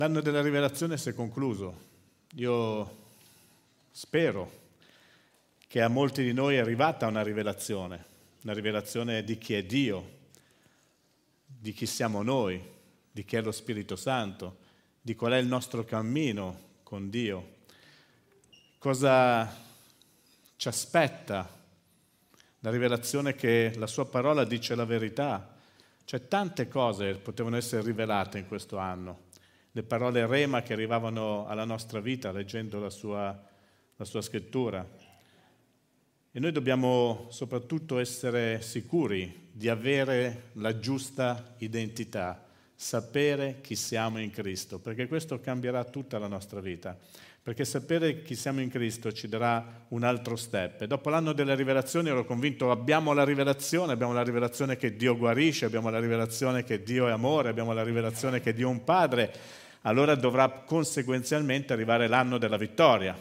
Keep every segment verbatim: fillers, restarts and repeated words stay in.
L'anno della rivelazione si è concluso. Io spero che a molti di noi è arrivata una rivelazione, una rivelazione di chi è Dio, di chi siamo noi, di chi è lo Spirito Santo, di qual è il nostro cammino con Dio, cosa ci aspetta, la rivelazione che la sua parola dice la verità. Cioè tante cose potevano essere rivelate in questo anno. Le parole rema che arrivavano alla nostra vita leggendo la sua, la sua scrittura. E noi dobbiamo soprattutto essere sicuri di avere la giusta identità, sapere chi siamo in Cristo, perché questo cambierà tutta la nostra vita. Perché sapere chi siamo in Cristo ci darà un altro step. E dopo l'anno delle rivelazioni ero convinto, abbiamo la rivelazione, abbiamo la rivelazione che Dio guarisce, abbiamo la rivelazione che Dio è amore, abbiamo la rivelazione che Dio è un padre, allora dovrà conseguenzialmente arrivare l'anno della vittoria.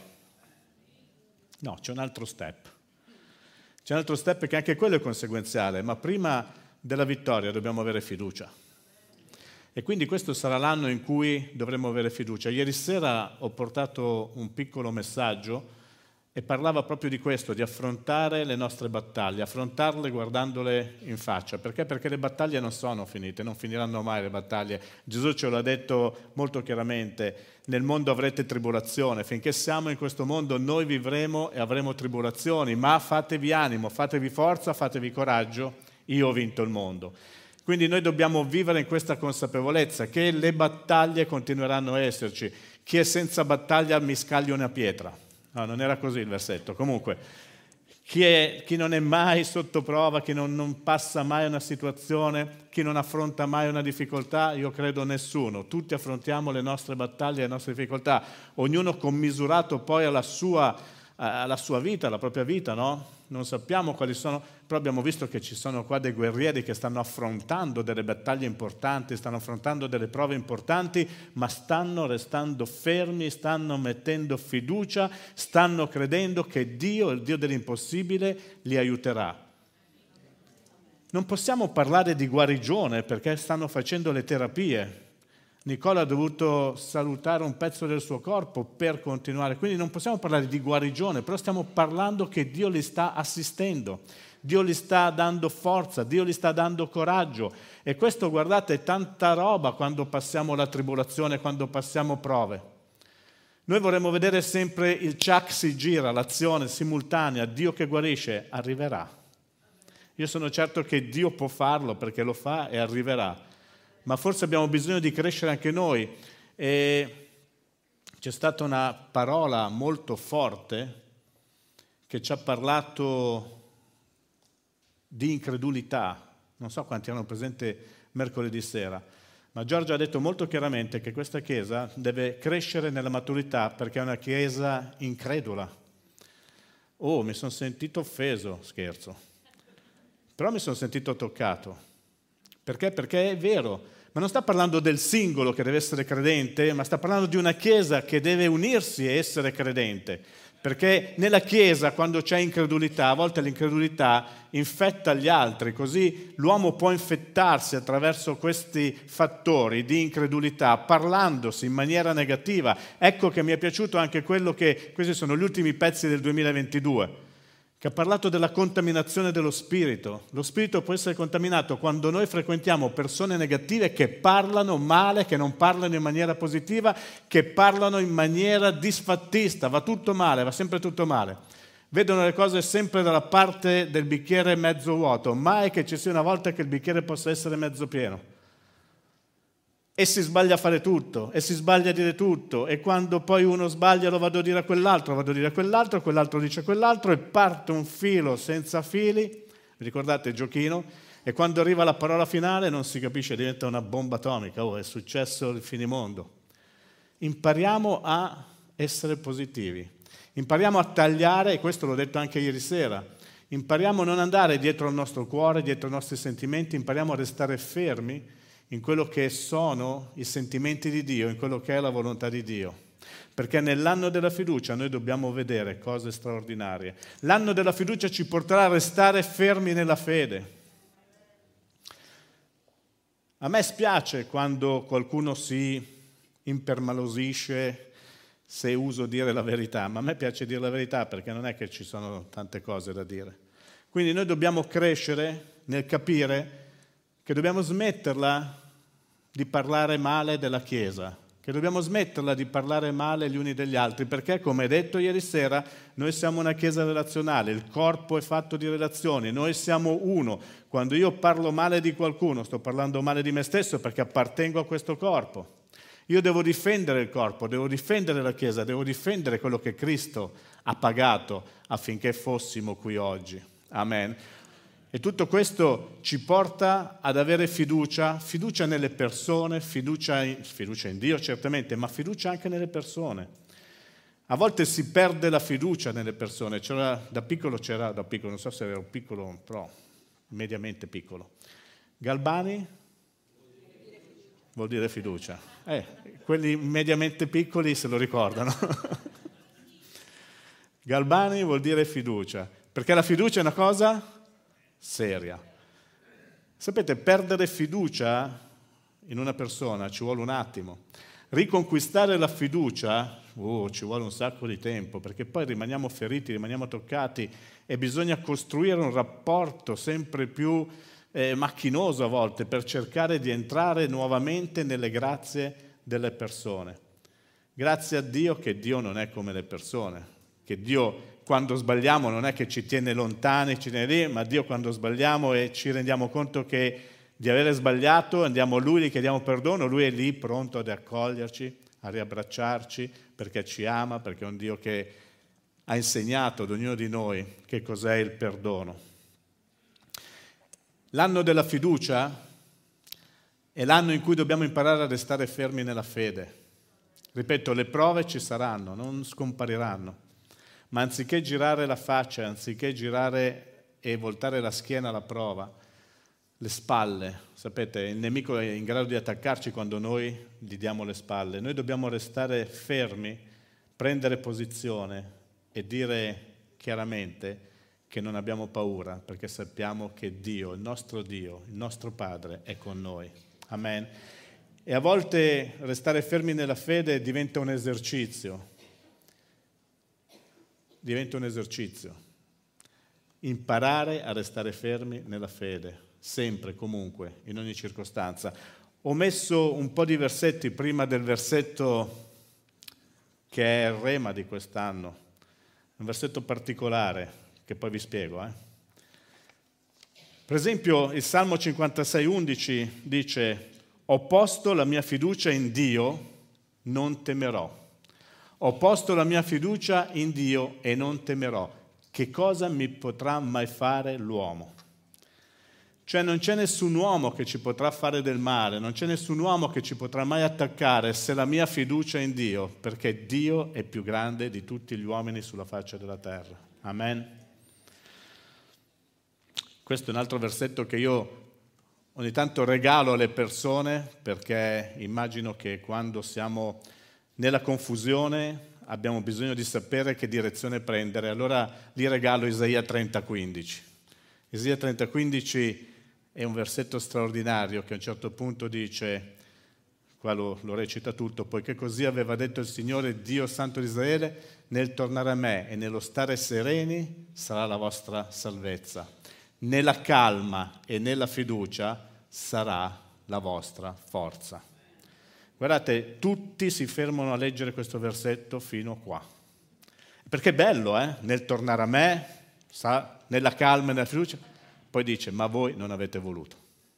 No, c'è un altro step. C'è un altro step che anche quello è conseguenziale, ma prima della vittoria dobbiamo avere fiducia. E quindi questo sarà l'anno in cui dovremo avere fiducia. Ieri sera ho portato un piccolo messaggio e parlava proprio di questo, di affrontare le nostre battaglie, affrontarle guardandole in faccia. Perché? Perché le battaglie non sono finite, non finiranno mai le battaglie. Gesù ce l'ha detto molto chiaramente, nel mondo avrete tribolazione, finché siamo in questo mondo noi vivremo e avremo tribolazioni, ma fatevi animo, fatevi forza, fatevi coraggio, io ho vinto il mondo. Quindi noi dobbiamo vivere in questa consapevolezza che le battaglie continueranno a esserci. Chi è senza battaglia mi scaglia una pietra. No, non era così il versetto. Comunque, chi, è, chi non è mai sotto prova, chi non, non passa mai una situazione, chi non affronta mai una difficoltà, io credo nessuno. Tutti affrontiamo le nostre battaglie, le nostre difficoltà, ognuno commisurato poi alla sua, alla sua vita, alla propria vita, no? Non sappiamo quali sono, però abbiamo visto che ci sono qua dei guerrieri che stanno affrontando delle battaglie importanti, stanno affrontando delle prove importanti, ma stanno restando fermi, stanno mettendo fiducia, stanno credendo che Dio, il Dio dell'impossibile, li aiuterà. Non possiamo parlare di guarigione perché stanno facendo le terapie. Nicola ha dovuto salutare un pezzo del suo corpo per continuare, quindi non possiamo parlare di guarigione, però stiamo parlando che Dio li sta assistendo, Dio li sta dando forza, Dio li sta dando coraggio e questo, guardate, è tanta roba quando passiamo la tribolazione, quando passiamo prove. Noi vorremmo vedere sempre il ciak si gira, l'azione simultanea, Dio che guarisce, arriverà. Io sono certo che Dio può farlo perché lo fa e arriverà. Ma forse abbiamo bisogno di crescere anche noi. E c'è stata una parola molto forte che ci ha parlato di incredulità. Non so quanti erano presenti mercoledì sera, ma Giorgio ha detto molto chiaramente che questa Chiesa deve crescere nella maturità perché è una Chiesa incredula. Oh, mi sono sentito offeso, scherzo. Però mi sono sentito toccato. Perché? Perché è vero, ma non sta parlando del singolo che deve essere credente, ma sta parlando di una Chiesa che deve unirsi e essere credente. Perché nella Chiesa, quando c'è incredulità, a volte l'incredulità infetta gli altri, così l'uomo può infettarsi attraverso questi fattori di incredulità, parlandosi in maniera negativa. Ecco che mi è piaciuto anche quello che, questi sono gli ultimi pezzi del duemilaventidue, che ha parlato della contaminazione dello spirito. Lo spirito può essere contaminato quando noi frequentiamo persone negative che parlano male, che non parlano in maniera positiva, che parlano in maniera disfattista. Va tutto male, va sempre tutto male. Vedono le cose sempre dalla parte del bicchiere mezzo vuoto, mai che ci sia una volta che il bicchiere possa essere mezzo pieno. E si sbaglia a fare tutto, e si sbaglia a dire tutto, e quando poi uno sbaglia lo vado a dire a quell'altro, vado a dire a quell'altro, quell'altro dice a quell'altro, e parte un filo senza fili, vi ricordate il giochino? E quando arriva la parola finale non si capisce, diventa una bomba atomica, oh, è successo il finimondo. Impariamo a essere positivi, impariamo a tagliare, e questo l'ho detto anche ieri sera, impariamo a non andare dietro al nostro cuore, dietro ai nostri sentimenti, impariamo a restare fermi in quello che sono i sentimenti di Dio, in quello che è la volontà di Dio. Perché nell'anno della fiducia noi dobbiamo vedere cose straordinarie. L'anno della fiducia ci porterà a restare fermi nella fede. A me spiace quando qualcuno si impermalosisce se uso dire la verità, ma a me piace dire la verità perché non è che ci sono tante cose da dire. Quindi noi dobbiamo crescere nel capire che dobbiamo smetterla di parlare male della Chiesa, che dobbiamo smetterla di parlare male gli uni degli altri, perché come detto ieri sera, noi siamo una Chiesa relazionale, il corpo è fatto di relazioni, noi siamo uno. Quando io parlo male di qualcuno, sto parlando male di me stesso perché appartengo a questo corpo. Io devo difendere il corpo, devo difendere la Chiesa, devo difendere quello che Cristo ha pagato affinché fossimo qui oggi. Amen. E tutto questo ci porta ad avere fiducia, fiducia nelle persone, fiducia in, fiducia in Dio certamente, ma fiducia anche nelle persone. A volte si perde la fiducia nelle persone. C'era, da piccolo c'era, da piccolo, non so se ero piccolo, però mediamente piccolo. Galbani vuol dire fiducia. Eh, quelli mediamente piccoli se lo ricordano. Galbani vuol dire fiducia, perché la fiducia è una cosa seria. Sapete, perdere fiducia in una persona ci vuole un attimo. Riconquistare la fiducia oh, ci vuole un sacco di tempo, perché poi rimaniamo feriti, rimaniamo toccati e bisogna costruire un rapporto sempre più eh, macchinoso a volte per cercare di entrare nuovamente nelle grazie delle persone. Grazie a Dio che Dio non è come le persone, che Dio quando sbagliamo non è che ci tiene lontani, ci tiene lì, ma Dio quando sbagliamo e ci rendiamo conto che di avere sbagliato, andiamo a Lui, gli chiediamo perdono, Lui è lì pronto ad accoglierci, a riabbracciarci, perché ci ama, perché è un Dio che ha insegnato ad ognuno di noi che cos'è il perdono. L'anno della fiducia è l'anno in cui dobbiamo imparare a restare fermi nella fede. Ripeto, le prove ci saranno, non scompariranno. Ma anziché girare la faccia, anziché girare e voltare la schiena alla prova, le spalle, sapete, il nemico è in grado di attaccarci quando noi gli diamo le spalle. Noi dobbiamo restare fermi, prendere posizione e dire chiaramente che non abbiamo paura, perché sappiamo che Dio, il nostro Dio, il nostro Padre è con noi. Amen. E a volte restare fermi nella fede diventa un esercizio. Diventa un esercizio. Imparare a restare fermi nella fede, sempre, comunque, in ogni circostanza. Ho messo un po' di versetti prima del versetto che è il rema di quest'anno, un versetto particolare che poi vi spiego. Eh. Per esempio il Salmo cinquantasei undici dice: ho posto la mia fiducia in Dio, non temerò. Ho posto la mia fiducia in Dio e non temerò. Che cosa mi potrà mai fare l'uomo? Cioè non c'è nessun uomo che ci potrà fare del male, non c'è nessun uomo che ci potrà mai attaccare se la mia fiducia è in Dio, perché Dio è più grande di tutti gli uomini sulla faccia della terra. Amen. Questo è un altro versetto che io ogni tanto regalo alle persone, perché immagino che quando siamo nella confusione abbiamo bisogno di sapere che direzione prendere. Allora gli regalo Isaia trenta quindici. Isaia trenta quindici è un versetto straordinario che a un certo punto dice, qua lo, lo recita tutto, poiché così aveva detto il Signore Dio Santo di Israele, nel tornare a me e nello stare sereni sarà la vostra salvezza. Nella calma e nella fiducia sarà la vostra forza. Guardate, tutti si fermano a leggere questo versetto fino a qua. Perché è bello, eh? Nel tornare a me, sa, nella calma e nella fiducia. Poi dice, ma voi non avete voluto.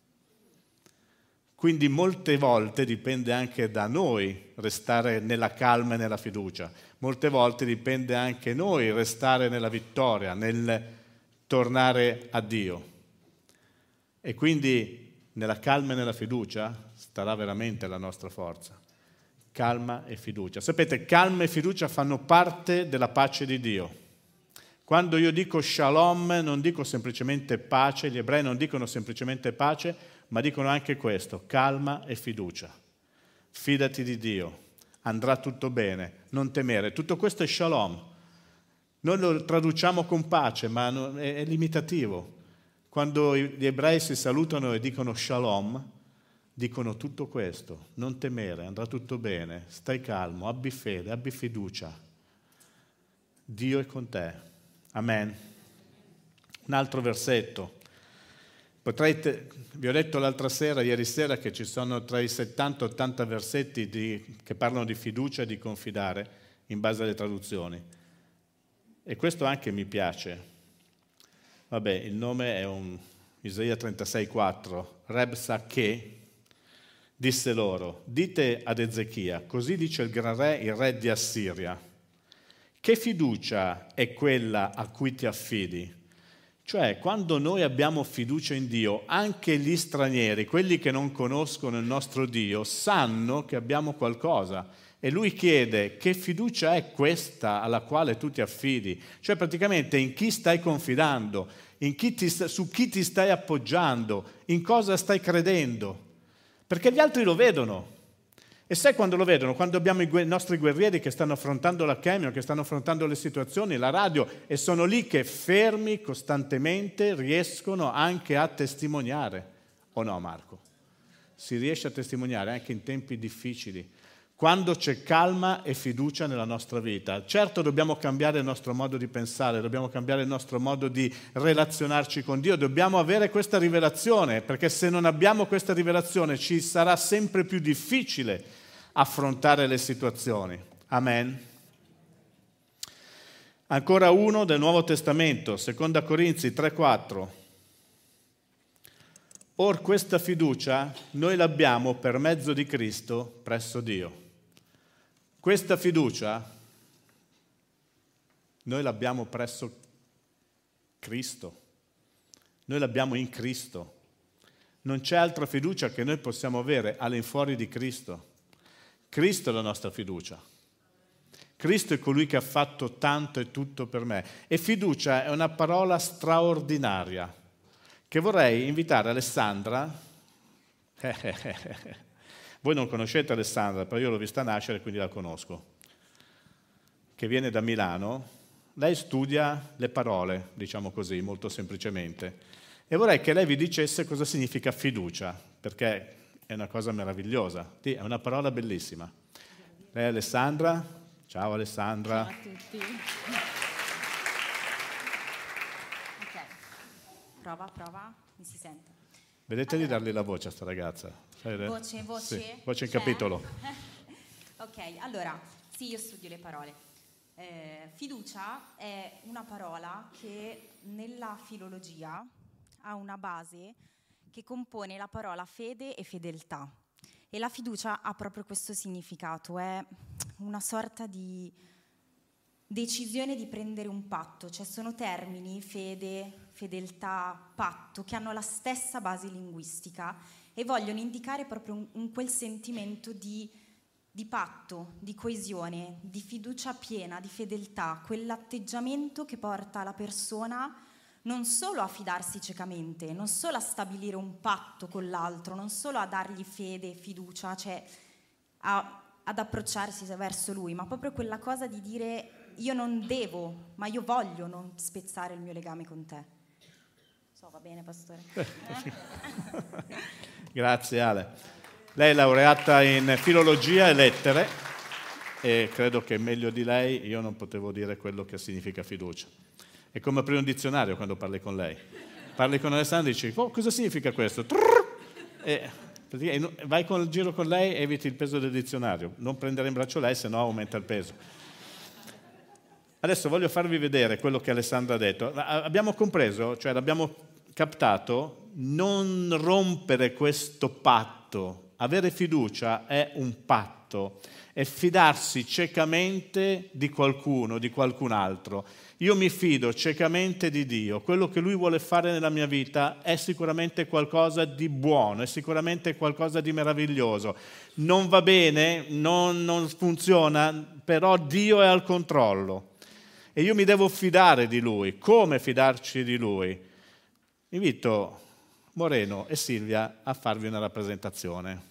Quindi molte volte dipende anche da noi restare nella calma e nella fiducia. Molte volte dipende anche noi restare nella vittoria, nel tornare a Dio. E quindi nella calma e nella fiducia starà veramente la nostra forza. Calma e fiducia. Sapete, calma e fiducia fanno parte della pace di Dio. Quando io dico shalom, non dico semplicemente pace, gli ebrei non dicono semplicemente pace, ma dicono anche questo, calma e fiducia. Fidati di Dio, andrà tutto bene, non temere. Tutto questo è shalom. Noi lo traduciamo con pace, ma è limitativo. Quando gli ebrei si salutano e dicono shalom, dicono tutto questo: non temere, andrà tutto bene, stai calmo, abbi fede, abbi fiducia. Dio è con te. Amen. Un altro versetto. Potrei te, vi ho detto l'altra sera, ieri sera, che ci sono tra i settanta e ottanta versetti di, che parlano di fiducia e di confidare in base alle traduzioni. E questo anche mi piace. Vabbè, il nome è un Isaia trentasei quattro. Rabsakeh disse loro: dite ad Ezechia, così dice il gran re, il re di Assiria, che fiducia è quella a cui ti affidi? Cioè, quando noi abbiamo fiducia in Dio, anche gli stranieri, quelli che non conoscono il nostro Dio, sanno che abbiamo qualcosa. E lui chiede: che fiducia è questa alla quale tu ti affidi? Cioè, praticamente, in chi stai confidando, in chi ti, su chi ti stai appoggiando, in cosa stai credendo? Perché gli altri lo vedono. E sai quando lo vedono? Quando abbiamo i, gu- i nostri guerrieri che stanno affrontando la chemio, che stanno affrontando le situazioni, la radio, e sono lì che fermi costantemente riescono anche a testimoniare. O no, Marco? Si riesce a testimoniare anche in tempi difficili, quando c'è calma e fiducia nella nostra vita. Certo, dobbiamo cambiare il nostro modo di pensare, dobbiamo cambiare il nostro modo di relazionarci con Dio, dobbiamo avere questa rivelazione, perché se non abbiamo questa rivelazione ci sarà sempre più difficile affrontare le situazioni. Amen. Ancora uno del Nuovo Testamento, seconda Corinzi tre quattro. Or questa fiducia noi l'abbiamo per mezzo di Cristo presso Dio. Questa fiducia noi l'abbiamo presso Cristo. Noi l'abbiamo in Cristo. Non c'è altra fiducia che noi possiamo avere all'infuori di Cristo. Cristo è la nostra fiducia. Cristo è colui che ha fatto tanto e tutto per me. E fiducia è una parola straordinaria che vorrei invitare Alessandra. Voi non conoscete Alessandra, però io l'ho vista nascere, quindi la conosco. Che viene da Milano. Lei studia le parole, diciamo così, molto semplicemente. E vorrei che lei vi dicesse cosa significa fiducia, perché è una cosa meravigliosa, è una parola bellissima. Lei è Alessandra? Ciao Alessandra. Ciao a tutti. Ok, prova, prova, mi si sente. Vedete allora, di dargli la voce a sta ragazza? Voce, voce? Sì, voce in C'è? capitolo. Ok, allora, sì, io studio le parole. Eh, fiducia è una parola che nella filologia ha una base che compone la parola fede e fedeltà. E la fiducia ha proprio questo significato, è una sorta di decisione di prendere un patto, cioè sono termini, fede, fedeltà, patto, che hanno la stessa base linguistica e vogliono indicare proprio un, un quel sentimento di, di patto, di coesione, di fiducia piena, di fedeltà, quell'atteggiamento che porta la persona non solo a fidarsi ciecamente, non solo a stabilire un patto con l'altro, non solo a dargli fede e fiducia, cioè a, ad approcciarsi verso lui, ma proprio quella cosa di dire: io non devo, ma io voglio non spezzare il mio legame con te. So, va bene, pastore? Eh? Grazie Ale. Lei è laureata in filologia e lettere e credo che meglio di lei io non potevo dire quello che significa fiducia. È come aprire un dizionario quando parli con lei. Parli con Alessandra e dici: oh, cosa significa questo? E vai con il giro con lei e eviti il peso del dizionario. Non prendere in braccio lei, se no aumenta il peso. Adesso voglio farvi vedere quello che Alessandra ha detto. Abbiamo compreso, cioè l'abbiamo captato, non rompere questo patto. Avere fiducia è un patto, è fidarsi ciecamente di qualcuno, di qualcun altro. Io mi fido ciecamente di Dio, quello che Lui vuole fare nella mia vita è sicuramente qualcosa di buono, è sicuramente qualcosa di meraviglioso. Non va bene, non, non funziona, però Dio è al controllo e io mi devo fidare di Lui. Come fidarci di Lui? Invito Moreno e Silvia a farvi una rappresentazione.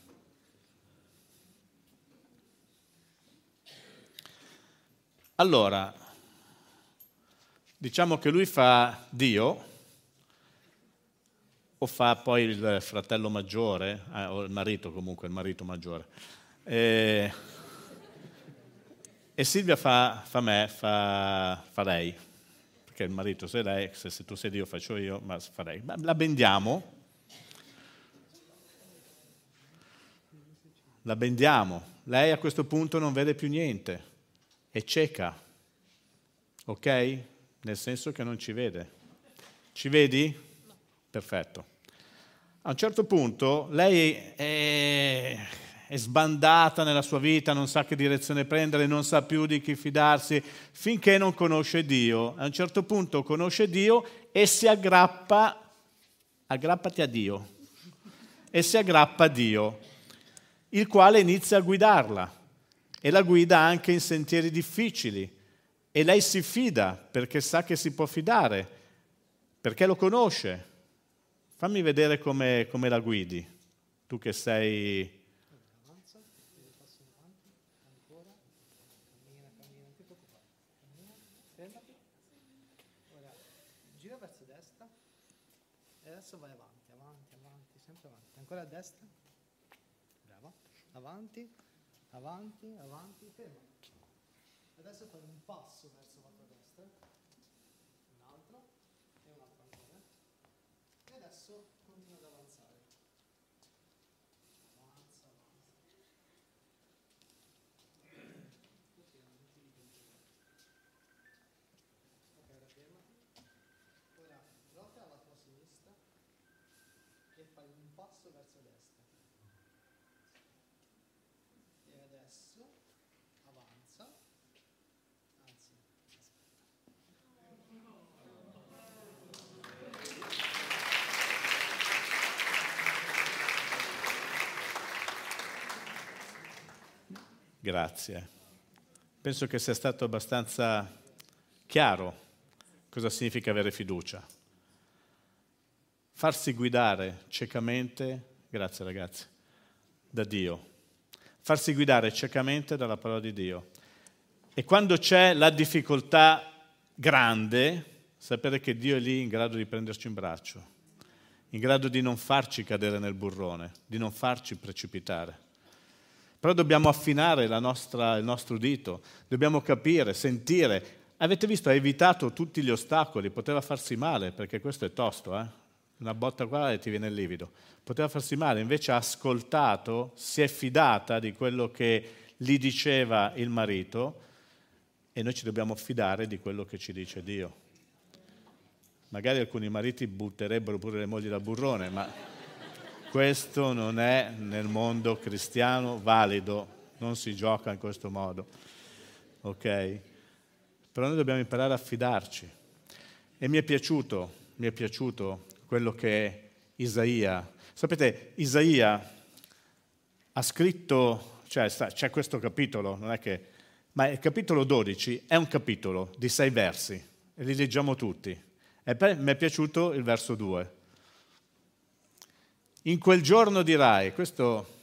Allora, diciamo che lui fa Dio o fa poi il fratello maggiore, eh, o il marito comunque, il marito maggiore. E, e Silvia fa, fa me, fa, fa lei, perché il marito sei lei, se, se tu sei Dio faccio io, ma fa lei. La bendiamo, la bendiamo. Lei a questo punto non vede più niente, è cieca, ok? Nel senso che non ci vede. Ci vedi? Perfetto. A un certo punto lei è, è sbandata nella sua vita, non sa che direzione prendere, non sa più di chi fidarsi, finché non conosce Dio. A un certo punto conosce Dio e si aggrappa, aggrappati a Dio, e si aggrappa a Dio, il quale inizia a guidarla e la guida anche in sentieri difficili. E lei si fida perché sa che si può fidare, perché lo conosce. Fammi vedere come, come la guidi, tu che sei... Avanza, devi passare avanti, ancora, cammina, cammina, non ti preoccupare, cammina, fermati, ora gira verso destra e adesso vai avanti, avanti, avanti, sempre avanti, ancora a destra, brava, avanti, avanti, avanti, fermati. Adesso fai un passo verso la tua destra, un altro e un altro ancora. E adesso continua ad avanzare. Avanza, avanza. Così non ti dico più. Ok, ora fermati. Ora rota alla tua sinistra e fai un passo verso destra. E adesso avanza. Anzi, Grazie. Penso che sia stato abbastanza chiaro cosa significa avere fiducia. Farsi guidare ciecamente, grazie ragazzi, da Dio. Farsi guidare ciecamente dalla parola di Dio. E quando c'è la difficoltà grande, sapere che Dio è lì in grado di prenderci in braccio, in grado di non farci cadere nel burrone, di non farci precipitare. Però dobbiamo affinare la nostra, il nostro udito, dobbiamo capire, sentire. Avete visto, ha evitato tutti gli ostacoli, poteva farsi male, perché questo è tosto, eh? Una botta qua e ti viene il livido. Poteva farsi male, invece ha ascoltato, si è fidata di quello che gli diceva il marito, e noi ci dobbiamo fidare di quello che ci dice Dio. Magari alcuni mariti butterebbero pure le mogli dal burrone, ma questo non è nel mondo cristiano valido, non si gioca in questo modo, ok? Però noi dobbiamo imparare a fidarci. E mi è piaciuto, mi è piaciuto quello che Isaia, sapete, Isaia ha scritto, cioè c'è questo capitolo, non è che, ma il capitolo dodici è un capitolo di sei versi, e li leggiamo tutti. E poi mi è piaciuto il verso due. In quel giorno dirai, questo,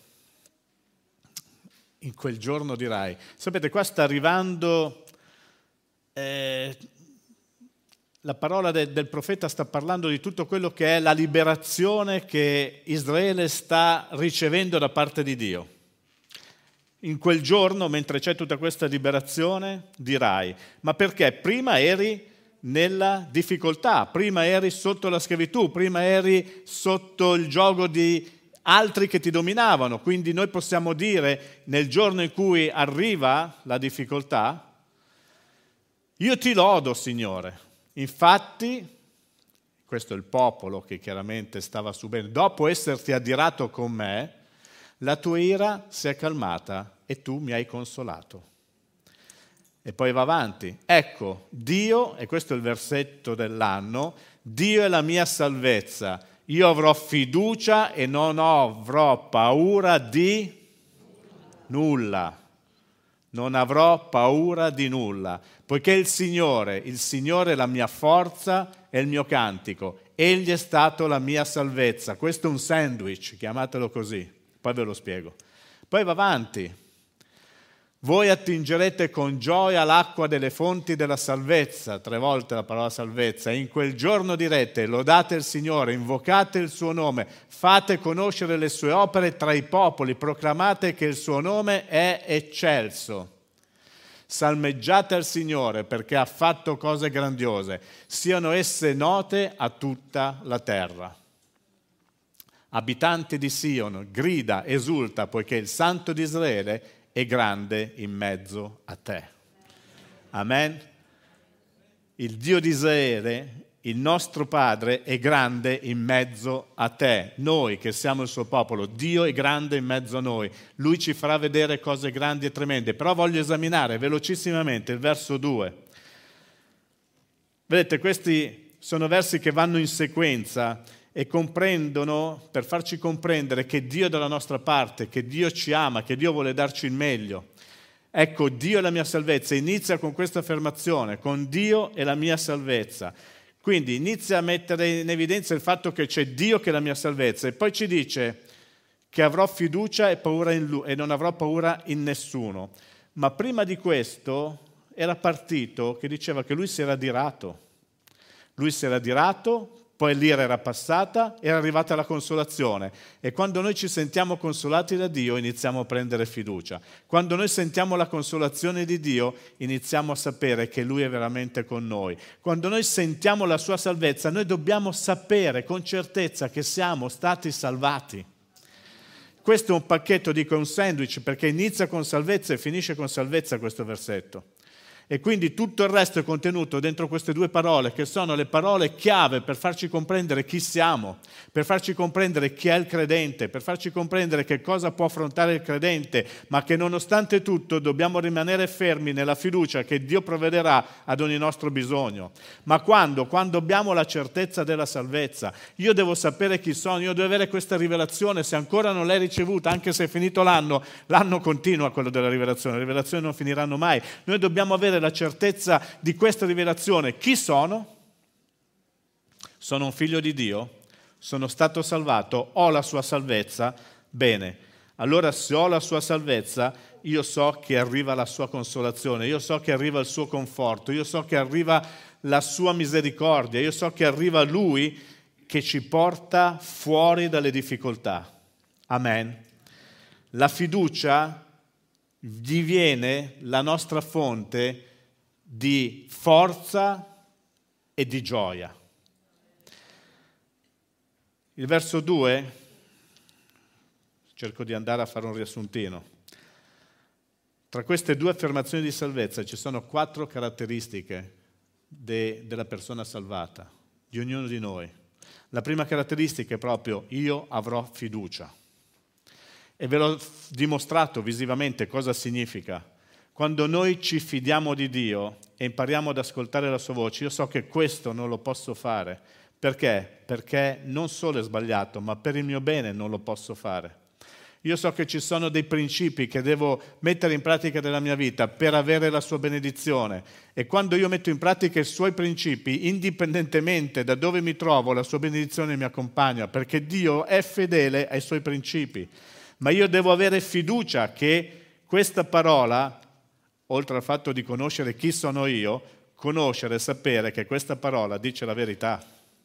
in quel giorno dirai, sapete qua sta arrivando, eh, la parola de, del profeta sta parlando di tutto quello che è la liberazione che Israele sta ricevendo da parte di Dio. In quel giorno, mentre c'è tutta questa liberazione, dirai, ma perché prima eri nella difficoltà, prima eri sotto la schiavitù, prima eri sotto il giogo di altri che ti dominavano, quindi noi possiamo dire nel giorno in cui arriva la difficoltà, io ti lodo Signore, infatti questo è il popolo che chiaramente stava subendo, dopo esserti adirato con me, la tua ira si è calmata e tu mi hai consolato. E poi va avanti. Ecco, Dio, e questo è il versetto dell'anno, Dio è la mia salvezza. Io avrò fiducia e non avrò paura di nulla. Non avrò paura di nulla. Poiché il Signore, il Signore è la mia forza e il mio cantico. Egli è stato la mia salvezza. Questo è un sandwich, chiamatelo così. Poi ve lo spiego. Poi va avanti. Voi attingerete con gioia l'acqua delle fonti della salvezza, tre volte la parola salvezza, e in quel giorno direte, lodate il Signore, invocate il suo nome, fate conoscere le sue opere tra i popoli, proclamate che il suo nome è eccelso. Salmeggiate al Signore perché ha fatto cose grandiose, siano esse note a tutta la terra. Abitanti di Sion, grida, esulta, poiché il Santo di Israele è grande in mezzo a te. Amen. Il Dio di Israele, il nostro Padre, è grande in mezzo a te. Noi che siamo il suo popolo, Dio è grande in mezzo a noi. Lui ci farà vedere cose grandi e tremende. Però voglio esaminare velocissimamente il verso due. Vedete, questi sono versi che vanno in sequenza e comprendono, per farci comprendere che Dio è dalla nostra parte, che Dio ci ama, che Dio vuole darci il meglio. Ecco, Dio è la mia salvezza. Inizia con questa affermazione, con Dio è la mia salvezza. Quindi inizia a mettere in evidenza il fatto che c'è Dio che è la mia salvezza e poi ci dice che avrò fiducia e, paura in lui, e non avrò paura in nessuno. Ma prima di questo era partito che diceva che lui si era adirato. Lui si era adirato, poi l'ira era passata, era arrivata la consolazione e quando noi ci sentiamo consolati da Dio iniziamo a prendere fiducia. Quando noi sentiamo la consolazione di Dio iniziamo a sapere che Lui è veramente con noi. Quando noi sentiamo la sua salvezza noi dobbiamo sapere con certezza che siamo stati salvati. Questo è un pacchetto, dico un sandwich, perché inizia con salvezza e finisce con salvezza questo versetto. E quindi tutto il resto è contenuto dentro queste due parole, che sono le parole chiave per farci comprendere chi siamo, per farci comprendere chi è il credente, per farci comprendere che cosa può affrontare il credente, ma che nonostante tutto dobbiamo rimanere fermi nella fiducia che Dio provvederà ad ogni nostro bisogno. Ma quando? Quando abbiamo la certezza della salvezza. Io devo sapere chi sono, io devo avere questa rivelazione, se ancora non l'hai ricevuta, anche se è finito l'anno, l'anno continua quello della rivelazione, le rivelazioni non finiranno mai. Noi dobbiamo avere la certezza di questa rivelazione. Chi sono? Sono un figlio di Dio, sono stato salvato, ho la sua salvezza. Bene, allora se ho la sua salvezza, io so che arriva la sua consolazione, io so che arriva il suo conforto, io so che arriva la sua misericordia, io so che arriva Lui che ci porta fuori dalle difficoltà. Amen. La fiducia diviene la nostra fonte di forza e di gioia. Il verso due, cerco di andare a fare un riassuntino. Tra queste due affermazioni di salvezza ci sono quattro caratteristiche de, della persona salvata, di ognuno di noi. La prima caratteristica è proprio io avrò fiducia. E ve l'ho dimostrato visivamente cosa significa. Quando noi ci fidiamo di Dio e impariamo ad ascoltare la sua voce, io so che questo non lo posso fare. Perché? Perché non solo è sbagliato, ma per il mio bene non lo posso fare. Io so che ci sono dei principi che devo mettere in pratica nella mia vita per avere la sua benedizione. E quando io metto in pratica i suoi principi, indipendentemente da dove mi trovo, la sua benedizione mi accompagna, perché Dio è fedele ai suoi principi. Ma io devo avere fiducia che questa parola, oltre al fatto di conoscere chi sono io, conoscere e sapere che questa parola dice la verità.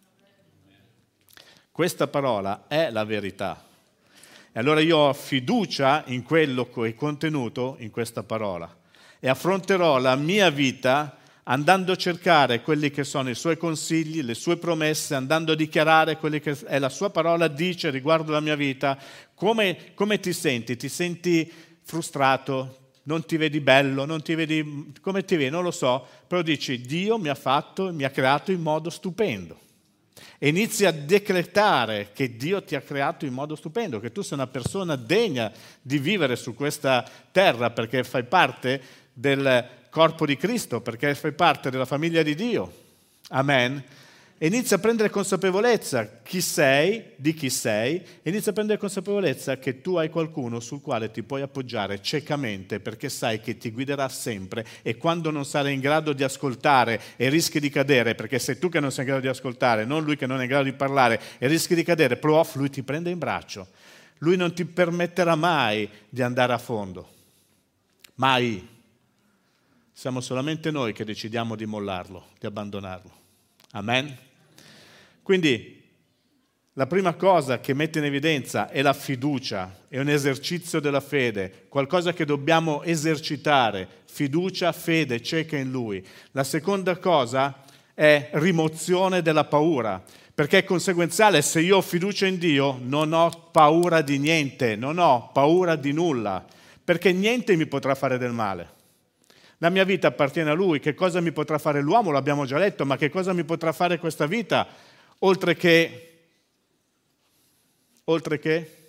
Questa parola è la verità. E allora io ho fiducia in quello che è contenuto in questa parola e affronterò la mia vita andando a cercare quelli che sono i suoi consigli, le sue promesse, andando a dichiarare quelli che è la sua parola dice riguardo la mia vita. Come, come ti senti? Ti senti frustrato? Non ti vedi bello? Non ti vedi... Come ti vedi? Non lo so. Però dici, Dio mi ha fatto, mi ha creato in modo stupendo. E inizi a decretare che Dio ti ha creato in modo stupendo, che tu sei una persona degna di vivere su questa terra perché fai parte del corpo di Cristo, perché fai parte della famiglia di Dio. Amen. E inizia a prendere consapevolezza chi sei, di chi sei, e inizia a prendere consapevolezza che tu hai qualcuno sul quale ti puoi appoggiare ciecamente perché sai che ti guiderà sempre e quando non sarai in grado di ascoltare e rischi di cadere, perché sei tu che non sei in grado di ascoltare, non lui che non è in grado di parlare e rischi di cadere, prof, lui ti prende in braccio. Lui non ti permetterà mai di andare a fondo. Mai. Siamo solamente noi che decidiamo di mollarlo, di abbandonarlo. Amen? Quindi la prima cosa che mette in evidenza è la fiducia, è un esercizio della fede, qualcosa che dobbiamo esercitare, fiducia, fede, cieca in Lui. La seconda cosa è rimozione della paura, perché è conseguenziale, se io ho fiducia in Dio non ho paura di niente, non ho paura di nulla, perché niente mi potrà fare del male. La mia vita appartiene a Lui, che cosa mi potrà fare l'uomo? L'abbiamo già letto, ma che cosa mi potrà fare questa vita? Oltre che Oltre che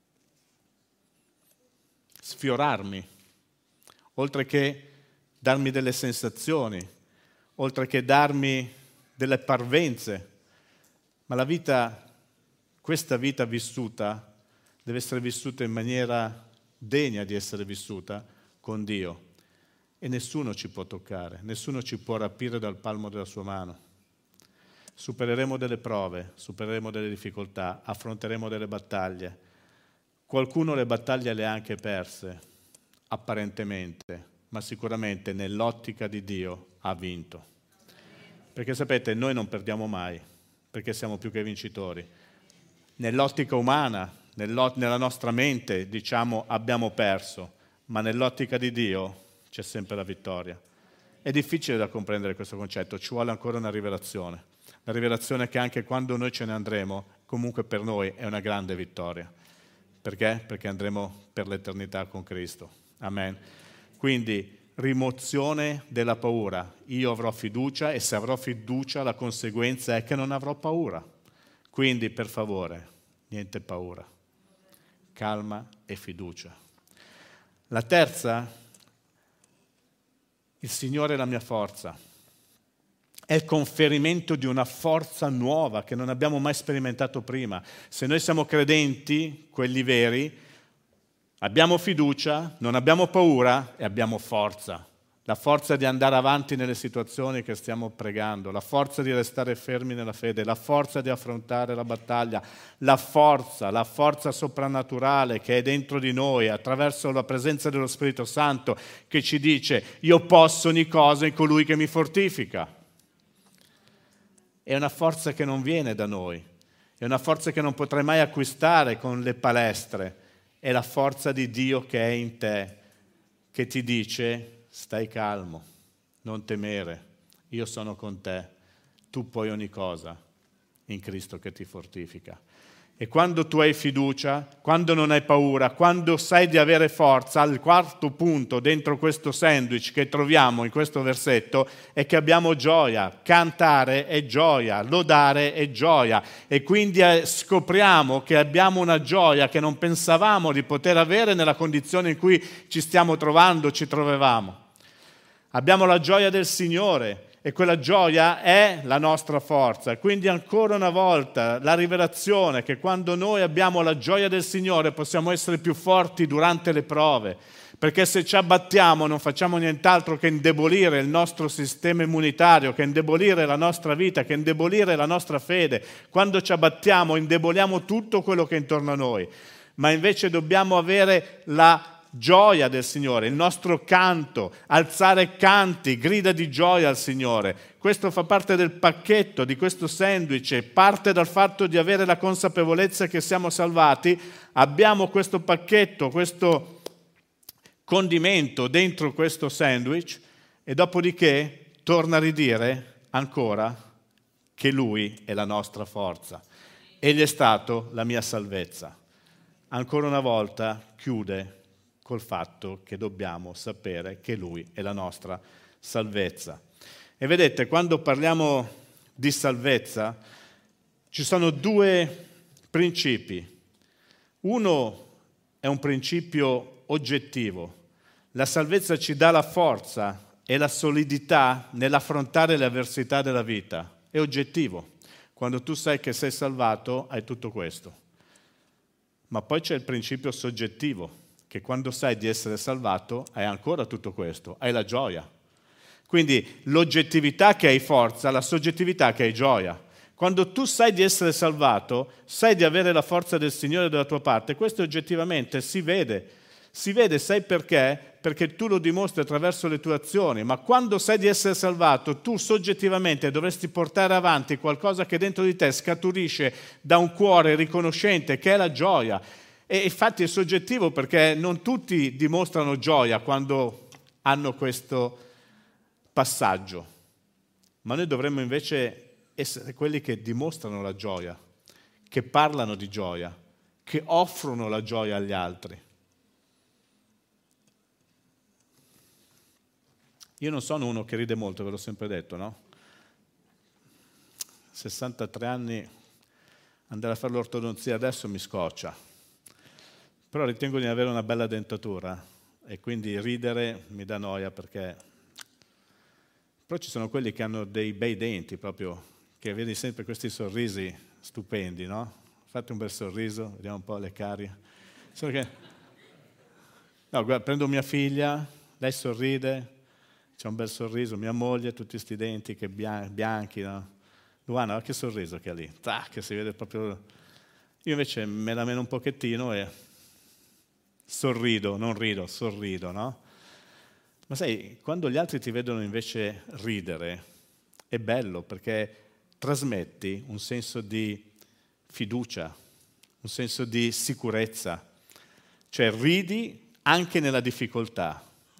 sfiorarmi, oltre che darmi delle sensazioni, oltre che darmi delle parvenze. Ma la vita, questa vita vissuta, deve essere vissuta in maniera degna di essere vissuta con Dio. E nessuno ci può toccare, nessuno ci può rapire dal palmo della sua mano. Supereremo delle prove, supereremo delle difficoltà, affronteremo delle battaglie. Qualcuno le battaglie le ha anche perse, apparentemente, ma sicuramente nell'ottica di Dio ha vinto. Perché sapete, noi non perdiamo mai, perché siamo più che vincitori. Nell'ottica umana, nella nostra mente, diciamo, abbiamo perso, ma nell'ottica di Dio c'è sempre la vittoria. È difficile da comprendere questo concetto, ci vuole ancora una rivelazione. La rivelazione che anche quando noi ce ne andremo, comunque per noi è una grande vittoria. Perché? Perché andremo per l'eternità con Cristo. Amen. Quindi rimozione della paura. Io avrò fiducia e se avrò fiducia la conseguenza è che non avrò paura. Quindi per favore, niente paura. Calma e fiducia. La terza, il Signore è la mia forza. È il conferimento di una forza nuova che non abbiamo mai sperimentato prima. Se noi siamo credenti, quelli veri, abbiamo fiducia, non abbiamo paura e abbiamo forza. La forza di andare avanti nelle situazioni che stiamo pregando, la forza di restare fermi nella fede, la forza di affrontare la battaglia, la forza, la forza soprannaturale che è dentro di noi attraverso la presenza dello Spirito Santo che ci dice io posso ogni cosa in colui che mi fortifica. È una forza che non viene da noi, è una forza che non potrai mai acquistare con le palestre, è la forza di Dio che è in te, che ti dice stai calmo, non temere, io sono con te, tu puoi ogni cosa in Cristo che ti fortifica. E quando tu hai fiducia, quando non hai paura, quando sai di avere forza, il quarto punto dentro questo sandwich che troviamo in questo versetto è che abbiamo gioia. Cantare è gioia, lodare è gioia. E quindi scopriamo che abbiamo una gioia che non pensavamo di poter avere nella condizione in cui ci stiamo trovando, ci trovavamo. Abbiamo la gioia del Signore. E quella gioia è la nostra forza. Quindi ancora una volta la rivelazione che quando noi abbiamo la gioia del Signore possiamo essere più forti durante le prove. Perché se ci abbattiamo non facciamo nient'altro che indebolire il nostro sistema immunitario, che indebolire la nostra vita, che indebolire la nostra fede. Quando ci abbattiamo indeboliamo tutto quello che è intorno a noi. Ma invece dobbiamo avere la gioia del Signore, il nostro canto, alzare canti, grida di gioia al Signore. Questo fa parte del pacchetto di questo sandwich, parte dal fatto di avere la consapevolezza che siamo salvati. Abbiamo questo pacchetto, questo condimento dentro questo sandwich e dopodiché torna a ridire ancora che Lui è la nostra forza. Egli è stato la mia salvezza. Ancora una volta chiude col fatto che dobbiamo sapere che Lui è la nostra salvezza. E vedete, quando parliamo di salvezza, ci sono due principi. Uno è un principio oggettivo. La salvezza ci dà la forza e la solidità nell'affrontare le avversità della vita. È oggettivo. Quando tu sai che sei salvato, hai tutto questo. Ma poi c'è il principio soggettivo, che quando sai di essere salvato hai ancora tutto questo, hai la gioia. Quindi l'oggettività che hai forza, la soggettività che hai gioia. Quando tu sai di essere salvato, sai di avere la forza del Signore dalla tua parte, questo oggettivamente si vede, Si vede, sai perché? Perché tu lo dimostri attraverso le tue azioni, ma quando sai di essere salvato, tu soggettivamente dovresti portare avanti qualcosa che dentro di te scaturisce da un cuore riconoscente, che è la gioia. E infatti è soggettivo perché non tutti dimostrano gioia quando hanno questo passaggio, ma noi dovremmo invece essere quelli che dimostrano la gioia, che parlano di gioia, che offrono la gioia agli altri. Io non sono uno che ride molto, ve l'ho sempre detto, no? sessantatré anni, andare a fare l'ortodonzia adesso mi scoccia, però ritengo di avere una bella dentatura e quindi ridere mi dà noia perché... Però ci sono quelli che hanno dei bei denti proprio, che vedi sempre questi sorrisi stupendi, no? Fate un bel sorriso, vediamo un po' le carie. Solo che... No, guarda, prendo mia figlia, lei sorride, c'è un bel sorriso, mia moglie, tutti questi denti che bian- bianchi, no? Luana, che sorriso che ha lì, tac, che si vede proprio... Io invece me la meno un pochettino e sorrido, non rido, sorrido, no? Ma sai, quando gli altri ti vedono invece ridere, è bello perché trasmetti un senso di fiducia, un senso di sicurezza, cioè ridi anche nella difficoltà,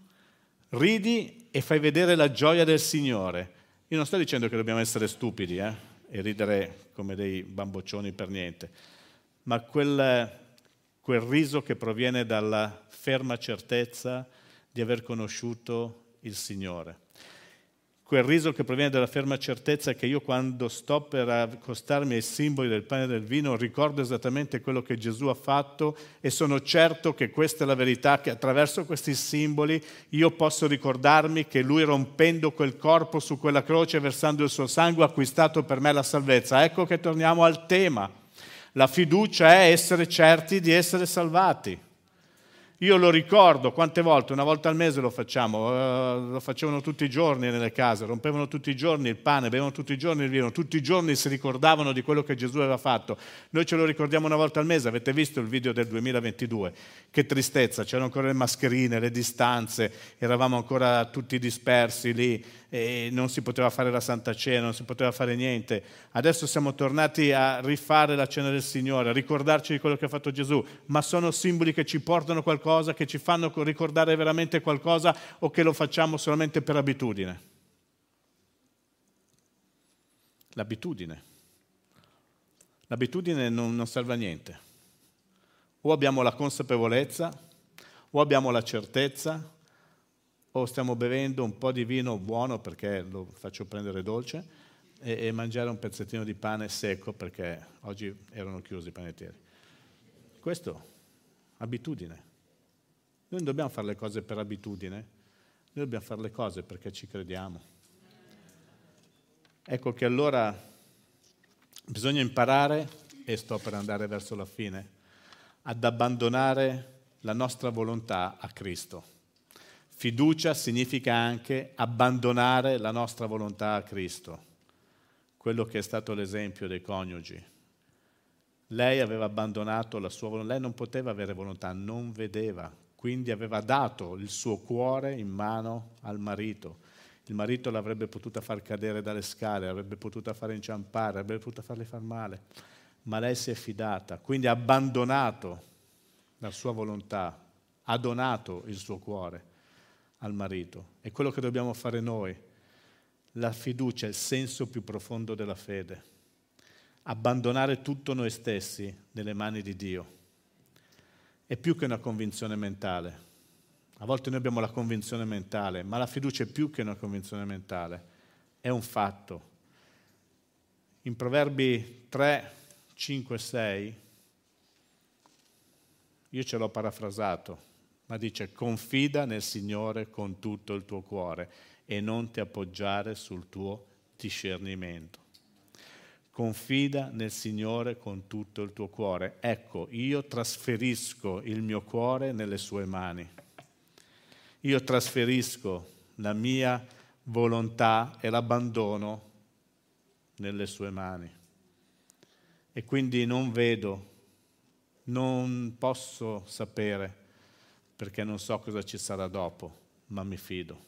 ridi e fai vedere la gioia del Signore. Io non sto dicendo che dobbiamo essere stupidi eh, e ridere come dei bamboccioni per niente, ma quel, quel riso che proviene dalla ferma certezza di aver conosciuto il Signore. Quel riso che proviene dalla ferma certezza che io quando sto per accostarmi ai simboli del pane e del vino ricordo esattamente quello che Gesù ha fatto e sono certo che questa è la verità, che attraverso questi simboli io posso ricordarmi che Lui rompendo quel corpo su quella croce, versando il suo sangue, ha acquistato per me la salvezza. Ecco che torniamo al tema. La fiducia è essere certi di essere salvati. Io lo ricordo quante volte, una volta al mese lo facciamo, uh, lo facevano tutti i giorni nelle case, rompevano tutti i giorni il pane, bevevano tutti i giorni il vino, tutti i giorni si ricordavano di quello che Gesù aveva fatto. Noi ce lo ricordiamo una volta al mese, avete visto il video del duemilaventidue? Che tristezza, c'erano ancora le mascherine, le distanze, eravamo ancora tutti dispersi lì e non si poteva fare la Santa Cena, non si poteva fare niente. Adesso siamo tornati a rifare la Cena del Signore, a ricordarci di quello che ha fatto Gesù, ma sono simboli che ci portano qualcosa, che ci fanno ricordare veramente qualcosa o che lo facciamo solamente per abitudine? L'abitudine. L'abitudine non, non serve a niente. O abbiamo la consapevolezza, o abbiamo la certezza, o stiamo bevendo un po' di vino buono perché lo faccio prendere dolce e, e mangiare un pezzettino di pane secco perché oggi erano chiusi i panettieri. Questo, abitudine. Noi non dobbiamo fare le cose per abitudine, noi dobbiamo fare le cose perché ci crediamo. Ecco che allora bisogna imparare, e sto per andare verso la fine, ad abbandonare la nostra volontà a Cristo. Fiducia significa anche abbandonare la nostra volontà a Cristo, quello che è stato l'esempio dei coniugi. Lei aveva abbandonato la sua volontà, lei non poteva avere volontà, non vedeva, quindi aveva dato il suo cuore in mano al marito. Il marito l'avrebbe potuta far cadere dalle scale, l'avrebbe potuta far inciampare, avrebbe potuta farle far male, ma lei si è fidata, quindi ha abbandonato la sua volontà, ha donato il suo cuore al marito. È quello che dobbiamo fare noi. La fiducia è il senso più profondo della fede. Abbandonare tutto noi stessi nelle mani di Dio. È più che una convinzione mentale. A volte noi abbiamo la convinzione mentale, ma la fiducia è più che una convinzione mentale. È un fatto. In Proverbi tre, cinque, sei, io ce l'ho parafrasato, ma dice: confida nel Signore con tutto il tuo cuore e non ti appoggiare sul tuo discernimento. Confida nel Signore con tutto il tuo cuore. Ecco, io trasferisco il mio cuore nelle sue mani. Io trasferisco la mia volontà e l'abbandono nelle sue mani. E quindi non vedo, non posso sapere perché non so cosa ci sarà dopo, ma mi fido.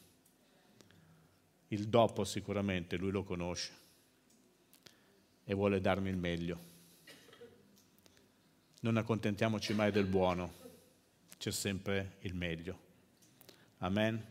Il dopo sicuramente Lui lo conosce e vuole darmi il meglio. Non accontentiamoci mai del buono, c'è sempre il meglio. Amen.